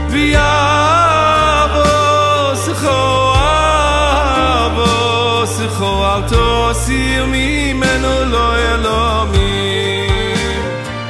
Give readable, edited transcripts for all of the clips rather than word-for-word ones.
ויאבו שיחו אל תוסיר ממנו לא אלומים.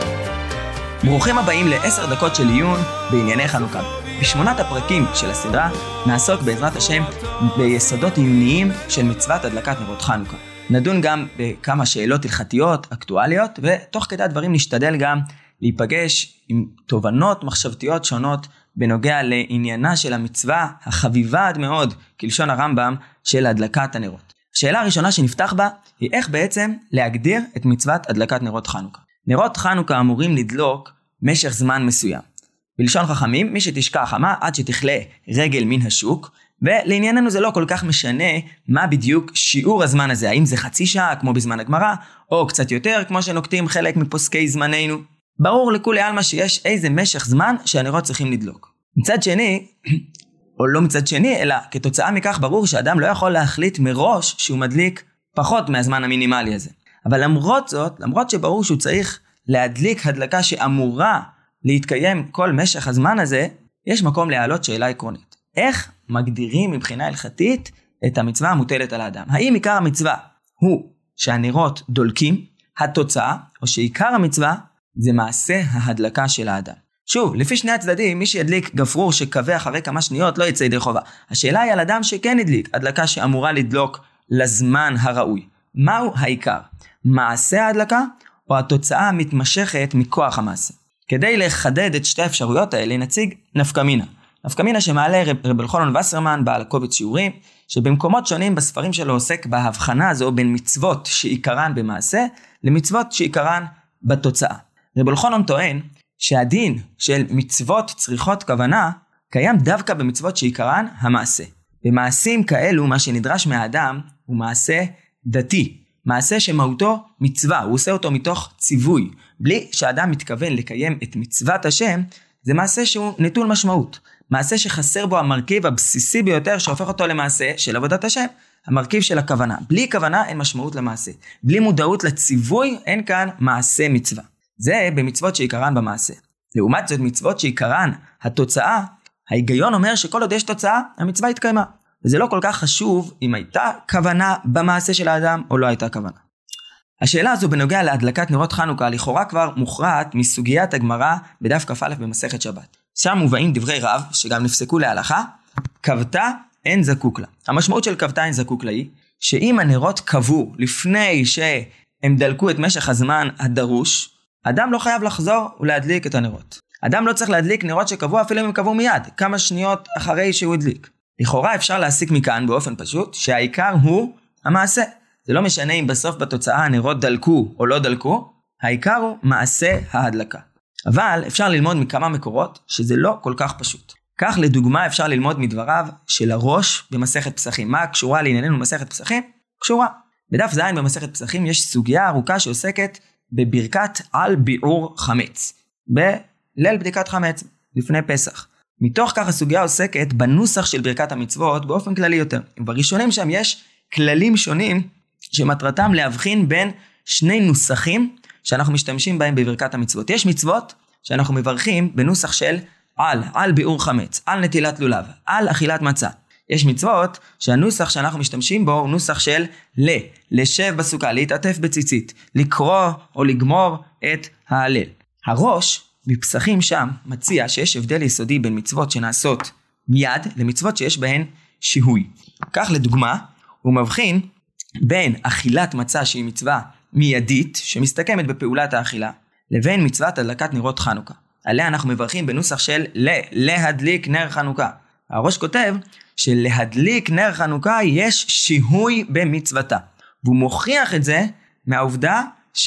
ברוכים הבאים ל10 דקות של עיון בענייני חנוכה. בשמונת הפרקים של הסדרה נעסוק בעזרת השם ביסודות עיוניים של מצוות הדלקת נרות חנוכה. נדון גם בכמה שאלות הלכתיות, אקטואליות, ותוך כדי הדברים נשתדל גם להיפגש עם תובנות מחשבתיות שונות בנוגע לעניינה של המצווה החביבה עד מאוד, כלשון הרמב"ם, של הדלקת הנרות. השאלה הראשונה שנפתח בה היא איך בעצם להגדיר את מצוות הדלקת נרות חנוכה. נרות חנוכה אמורים לדלוק משך זמן מסוים. בלשון חכמים, מי שתשקע חמה עד שתכלה רגל מן השוק, ולענייננו זה לא כל כך משנה מה בדיוק שיעור הזמן הזה, האם זה חצי שעה כמו בזמן הגמרא, או קצת יותר כמו שנוקטים חלק מפוסקי זמננו. ברור לכולי עלמא שיש איזה משך זמן שהנרות צריכים לדלוק. מצד שני, או לא מצד שני, אלא כתוצאה מכך ברור שאדם לא יכול להחליט מראש שהוא מדליק פחות מהזמן המינימלי הזה. אבל למרות זאת, למרות שברור שהוא צריך להדליק הדלקה שאמורה להתקיים כל משך הזמן הזה, יש מקום להעלות שאלה עקרונית. איך מגדירים מבחינה הלכתית את המצווה המוטלת על האדם? האם עיקר המצווה הוא שהנרות דולקים, התוצאה, או שעיקר המצווה זה מעשה ההדלקה של האדם? שוב, לפי שני הצדדים, מי שידליק גפרור שקווה אחרי כמה שניות לא יצא ידי חובה. השאלה היא על אדם שכן הדליק, הדלקה שאמורה לדלוק לזמן הראוי. מהו העיקר? מעשה ההדלקה או התוצאה המתמשכת מכוח המעשה? כדי לחדד את שתי האפשרויות האלה נציג נפקמינה. נפקמינה שמעלה רב אלחנן וסרמן בעל הקובץ שיעורים, שבמקומות שונים בספרים שלו עוסק בהבחנה הזו בין מצוות שעיקרן במעשה למצוות שעיקרן בתוצאה. רב אלחנן טוען שהדין של מצוות צריכות כוונה קיים דווקא במצוות שעיקרן המעשה. במעשים כאלו מה שנדרש מהאדם הוא מעשה דתי, מעשה שמהותו מצווה, הוא עושה אותו מתוך ציווי, בלי שהאדם מתכוון לקיים את מצוות השם, זה מעשה שהוא נטול משמעות, מעשה שחסר בו המרכיב הבסיסי ביותר שהופך אותו למעשה של עבודת השם, המרכיב של הכוונה. בלי כוונה אין משמעות למעשה, בלי מודעות לציווי אין כאן מעשה מצווה. זה במצוות שעיקרן במעשה. לעומת זאת מצוות שעיקרן התוצאה, ההיגיון אומר שכל עוד יש תוצאה, המצווה התקיימה. וזה לא כל כך חשוב אם הייתה כוונה במעשה של האדם או לא הייתה כוונה. השאלה הזו בנוגע להדלקת נרות חנוכה לכאורה כבר מוכרעת מסוגיית הגמרא בדף כ"א במסכת שבת. שם מובאים דברי רב שגם נפסקו להלכה, כבתה אין זקוק לה. המשמעות של כבתה אין זקוק לה היא שאם הנרות כבו לפני שהם דלקו את משך הזמן הדרוש, אדם לא חייב לחזור ולהדליק את הנרות. אדם לא צריך להדליק נרות שקבו אפילו אם הם קבו מיד, כמה שניות אחרי שהוא הדליק. לכאורה אפשר להסיק מכאן באופן פשוט שהעיקר הוא המעשה. זה לא משנה אם בסוף בתוצאה הנרות דלקו או לא דלקו, העיקר הוא מעשה ההדלקה. אבל אפשר ללמוד מכמה מקורות שזה לא כל כך פשוט. כך לדוגמה אפשר ללמוד מדבריו של הראש במסכת פסחים. מה קשורה לענייננו מסכת פסחים? קשורה. בדף ז' במסכת פסחים יש סוגיה ארוכה שעוסקת בברכת על ביעור חמץ. בליל בדיקת חמץ לפני פסח. מתוך כך הסוגיה עוסקת בנוסח של ברכת המצוות באופן כללי יותר. בראשונים שם יש כללים שונים שמטרתם להבחין בין שני נוסחים שאנחנו משתמשים בהם בברכת המצוות. יש מצוות שאנחנו מברכים בנוסח של על ביעור חמץ, על נטילת לולב, על אכילת מצה. יש מצוות שהנוסח שאנחנו משתמשים בו הוא נוסח של לשב בסוכה, להתעטף בציצית, לקרוא או לגמור את ההלל. הראש בפסחים שם מציע שיש הבדל יסודי בין מצוות שנעשות מיד למצוות שיש בהן שיהוי. כך לדוגמה, הוא מבחין בין אכילת מצה שהיא מצווה מיידית שמסתכמת בפעולת האכילה, לבין מצוות הדלקת נרות חנוכה. עליה אנחנו מברכים בנוסח של להדליק נר חנוכה. הראש כותב שלהדליק נר חנוכה יש שיהוי במצוותה. והוא מוכיח את זה מהעובדה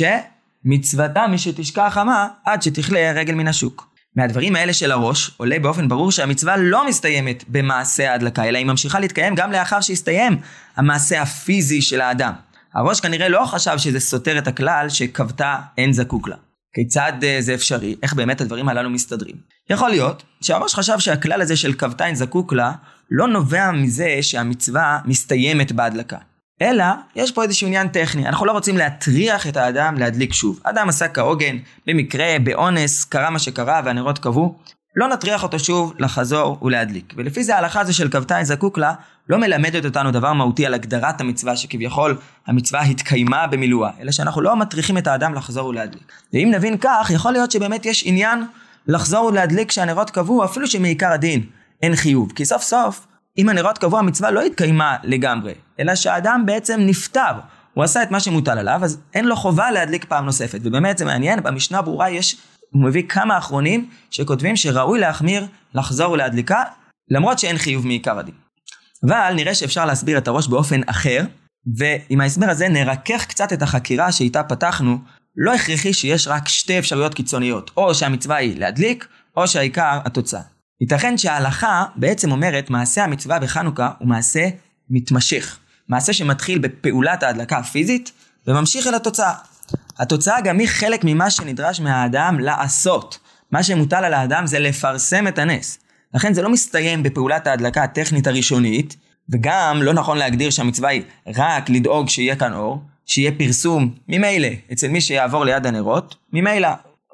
מצוותה מי שתשקע חמה עד שתכלה רגל מן השוק. מהדברים האלה של הראש עולה באופן ברור שהמצווה לא מסתיימת במעשה ההדלקה, אלא היא ממשיכה להתקיים גם לאחר שהסתיים המעשה הפיזי של האדם. הראש כנראה לא חשב שזה סותר את הכלל שכבתה אין זקוק לה. כיצד זה אפשרי? איך באמת הדברים הללו מסתדרים? יכול להיות שהראש חשב שהכלל הזה של כבתה אין זקוק לה לא נובע מזה שהמצווה מסתיימת בהדלקה. אלא יש פה איזשהו עניין טכני, אנחנו לא רוצים להטריח את האדם להדליק שוב. האדם עשה כהוגן, במקרה, באונס, קרה מה שקרה והנרות קבעו. לא נטריח אותו שוב לחזור ולהדליק. ולפי זה ההלכה הזו של כבתיים זקוק לה לא מלמדת אותנו דבר מהותי על הגדרת המצווה, שכביכול המצווה התקיימה במילואה, אלא שאנחנו לא מטריחים את האדם לחזור ולהדליק. ואם נבין כך, יכול להיות שבאמת יש עניין לחזור ולהדליק כשהנרות קבעו, אפילו שמעיקר הדין אין חיוב. כי סוף סוף, אם הנרות קבעו, המצווה לא התקיימה לגמרי, אלא שהאדם בעצם נפטר. הוא עשה את מה שמוטל עליו, אז אין לו חובה להדליק פעם נוספת. ובאמת זה מעניין, במשנה ברורה הוא מביא כמה אחרונים שכותבים שראוי להחמיר לחזור ולהדליקה, למרות שאין חיוב מעיקר הדין. אבל נראה שאפשר להסביר את הראש באופן אחר, ועם ההסבר הזה נרכך קצת את החקירה שאיתה פתחנו. לא הכרחי שיש רק שתי אפשרויות קיצוניות, או שהמצווה היא להדליק, או שהעיקר התוצאה. ייתכן שההלכה בעצם אומרת, מעשה המצווה בחנוכה הוא מעשה מתמשך. מעשה שמתחיל בפעולת ההדלקה הפיזית, וממשיך אל התוצאה. התוצאה גם היא חלק ממה שנדרש מהאדם לעשות. מה שמוטל על האדם זה לפרסם את הנס. לכן זה לא מסתיים בפעולת ההדלקה הטכנית הראשונית, וגם לא נכון להגדיר שהמצווה היא רק לדאוג שיהיה כאן אור, שיהיה פרסום ממילא אצל מי שיעבור ליד הנרות, ממילא,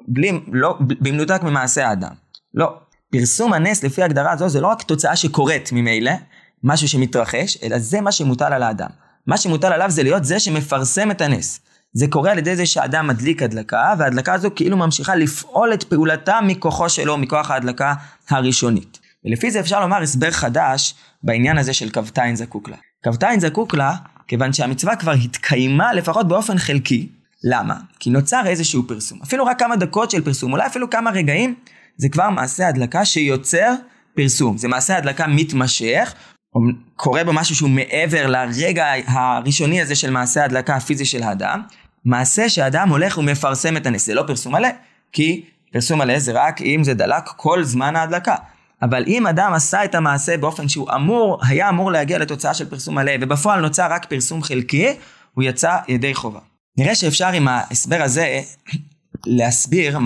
במנותק ממעשה האדם. לא. פרסום הנס לפי הגדרה הזו זה לא רק תוצאה שקורית ממילא, משהו שמתרחש, אלא זה מה שמוטל על האדם. מה שמוטל עליו זה להיות זה שמפרסם את הנס. זה קורה על ידי זה שהאדם מדליק הדלקה, וההדלקה הזו כאילו ממשיכה לפעול את פעולתה מכוחו שלו, מכוח ההדלקה הראשונית. ולפי זה אפשר לומר הסבר חדש בעניין הזה של כבתיים זקוק לה. כבתיים זקוק לה, כיוון שהמצווה כבר התקיימה לפחות באופן חלקי. למה? כי נוצר איזשהו פרסום. אפילו רק כמה דקות של פרסום, אולי אפילו כמה רגעים, זה כבר מעשה הדלקה שיוצר פרסום. זה מעשה הדלקה מתמשך, או קורה בו משהו שהוא מעבר לרגע הראשוני הזה של מעשה ההדלקה הפיזי של האדם. מעשה שהאדם הולך ומפרסם את הנס. זה לא פרסום מלא, כי פרסום מלא זה רק אם זה דלק כל זמן ההדלקה. אבל אם אדם עשה את המעשה באופן שהוא היה אמור להגיע לתוצאה של פרסום מלא, ובפועל נוצר רק פרסום חלקי, הוא יצא ידי חובה. נראה שאפשר עם ההסבר הזה להסביר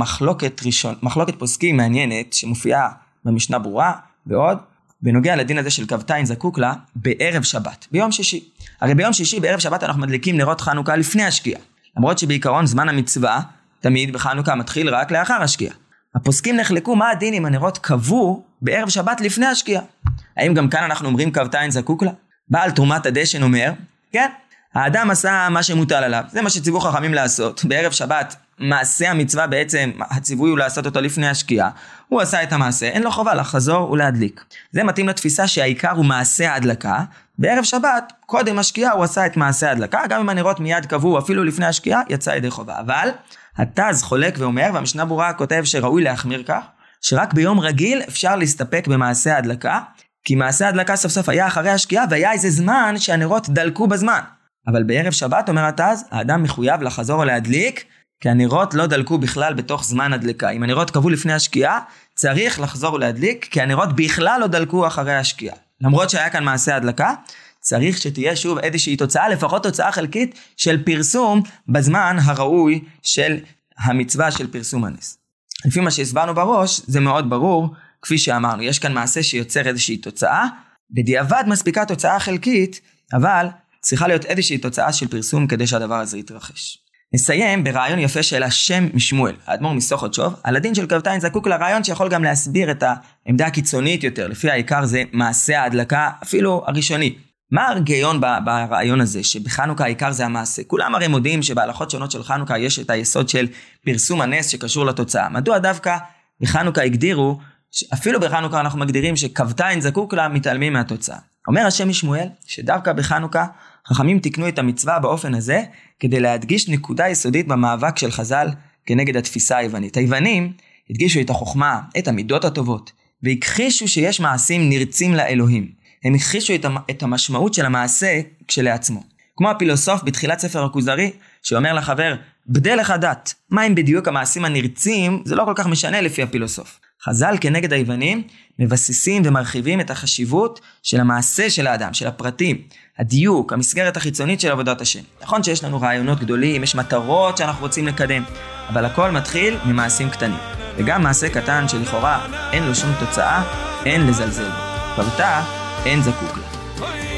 מחלוקת פוסקים מעניינת שמופיעה במשנה ברורה, ועוד בנוגע לדין הזה של כבתיים זקוק לה בערב שבת, ביום שישי. הרי ביום שישי בערב שבת אנחנו מדליקים נרות חנוכה לפני השקיעה. למרות שבעיקרון זמן המצווה תמיד בחנוכה מתחיל רק לאחר השקיעה. הפוסקים נחלקו מה הדין אם הנרות קבעו בערב שבת לפני השקיעה. האם גם כאן אנחנו אומרים כבתיים זקוק לה? בעל תרומת הדשן אומר, כן, האדם עשה מה שמוטל עליו. זה מה שציוו חכמים לעשות. בערב שבת מעשה המצווה בעצם, הציווי הוא לעשות אותו לפני השקיעה. הוא עשה את המעשה, אין לו חובה לחזור ולהדליק. זה מתאים לתפיסה שהעיקר הוא מעשה ההדלקה. בערב שבת, קודם השקיעה הוא עשה את מעשה ההדלקה, גם אם הנרות מיד קבעו אפילו לפני השקיעה, יצא ידי חובה. אבל התז חולק ואומר, והמשנה ברורה כותב שראוי להחמיר כך, שרק ביום רגיל אפשר להסתפק במעשה ההדלקה, כי מעשה ההדלקה סוף סוף היה אחרי השקיעה, והיה איזה זמן שהנרות דלקו בזמן. אבל בערב שבת, אומר התז, האדם מחויב לחזור ולהדליק, כי הנרות לא דלקו בכלל בתוך זמן הדלקה. אם הנרות קבעו לפני השקיעה, צריך לחזור ולהדליק, כי הנרות בכלל לא דלקו אחרי השקיעה. למרות שהיה כאן מעשה הדלקה, צריך שתהיה שוב איזושהי תוצאה, לפחות תוצאה חלקית של פרסום בזמן הראוי של המצווה של פרסום הנס. לפי מה שהסברנו בראש, זה מאוד ברור, כפי שאמרנו, יש כאן מעשה שיוצר איזושהי תוצאה, בדיעבד מספיקה תוצאה חלקית, אבל צריכה להיות איזושהי תוצאה של פרסום כדי שהדבר הזה יתרחש. נסיים ברעיון יפה של השם משמואל, האדמו"ר מסוכותשוב, על הדין של כבתיים זקוק לרעיון שיכול גם להסביר את העמדה הקיצונית יותר, לפי העיקר זה מעשה ההדלקה, אפילו הראשוני. מה ההיגיון ברעיון הזה, שבחנוכה העיקר זה המעשה? כולם הרי מודיעים שבהלכות שונות של חנוכה יש את היסוד של פרסום הנס שקשור לתוצאה. מדוע דווקא בחנוכה הגדירו, אפילו בחנוכה אנחנו מגדירים שכבתיים זקוק לה מתעלמים מהתוצאה. אומר השם משמואל שדווקא בחנוכה חכמים תקנו את המצווה באופן הזה, כדי להדגיש נקודה יסודית במאבק של חז"ל כנגד התפיסה היוונית. היוונים הדגישו את החוכמה, את המידות הטובות, והכחישו שיש מעשים נרצים לאלוהים. הם הכחישו את המשמעות של המעשה כשלעצמו. כמו הפילוסוף בתחילת ספר הכוזרי, שאומר לחבר, בדל לך דת, מה הם בדיוק המעשים הנרצים, זה לא כל כך משנה לפי הפילוסוף. חז"ל כנגד היוונים מבססים ומרחיבים את החשיבות של המעשה של האדם, של הפרטים, הדיוק, המסגרת החיצונית של עבודת השם. נכון שיש לנו רעיונות גדולים, יש מטרות שאנחנו רוצים לקדם, אבל הכל מתחיל ממעשים קטנים. וגם מעשה קטן שלכאורה אין לו שום תוצאה, אין לזלזל בו. כבתה אין זקוק לה.